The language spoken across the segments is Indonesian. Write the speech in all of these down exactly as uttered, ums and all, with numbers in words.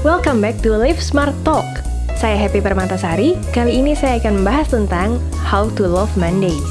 Welcome back to Live Smart Talk. Saya Happy Permatasari. Kali ini saya akan membahas tentang How to Love Mondays.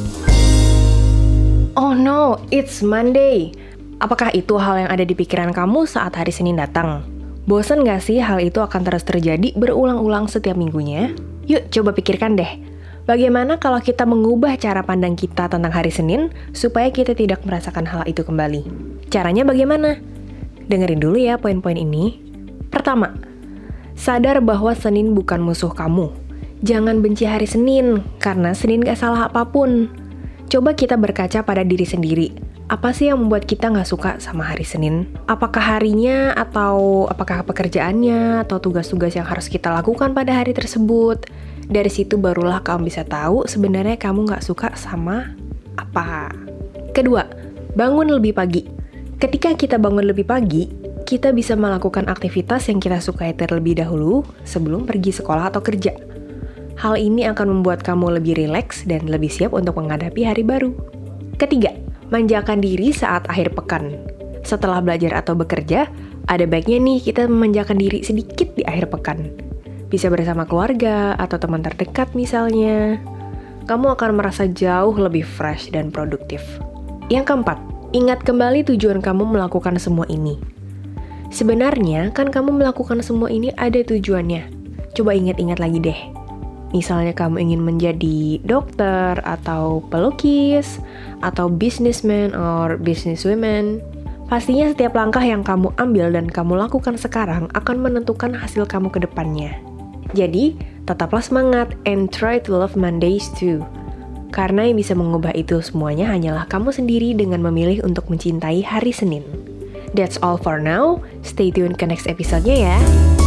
Oh no, it's Monday. Apakah itu hal yang ada di pikiran kamu saat hari Senin datang? Bosan gak sih hal itu akan terus terjadi berulang-ulang setiap minggunya? Yuk coba pikirkan deh. Bagaimana kalau kita mengubah cara pandang kita tentang hari Senin supaya kita tidak merasakan hal itu kembali? Caranya bagaimana? Dengerin dulu ya poin-poin ini. Pertama, sadar bahwa Senin bukan musuh kamu. Jangan benci hari Senin, karena Senin gak salah apapun. Coba kita berkaca pada diri sendiri. Apa sih yang membuat kita gak suka sama hari Senin? Apakah harinya, atau apakah pekerjaannya, atau tugas-tugas yang harus kita lakukan pada hari tersebut? Dari situ barulah kamu bisa tahu sebenarnya kamu gak suka sama apa. Kedua, bangun lebih pagi. Ketika kita bangun lebih pagi, kita bisa melakukan aktivitas yang kita sukai terlebih dahulu sebelum pergi sekolah atau kerja. Hal ini akan membuat kamu lebih rileks dan lebih siap untuk menghadapi hari baru. Ketiga, manjakan diri saat akhir pekan. Setelah belajar atau bekerja, ada baiknya nih kita memanjakan diri sedikit di akhir pekan. Bisa bersama keluarga atau teman terdekat misalnya. Kamu akan merasa jauh lebih fresh dan produktif. Yang keempat, ingat kembali tujuan kamu melakukan semua ini. Sebenarnya kan kamu melakukan semua ini ada tujuannya. Coba ingat-ingat lagi deh. Misalnya kamu ingin menjadi dokter, atau pelukis, atau businessman or businesswoman. Pastinya setiap langkah yang kamu ambil dan kamu lakukan sekarang akan menentukan hasil kamu ke depannya. Jadi, tetaplah semangat and try to love Mondays too. Karena yang bisa mengubah itu semuanya hanyalah kamu sendiri dengan memilih untuk mencintai hari Senin. That's all for now. Stay tuned ke next episode-nya ya.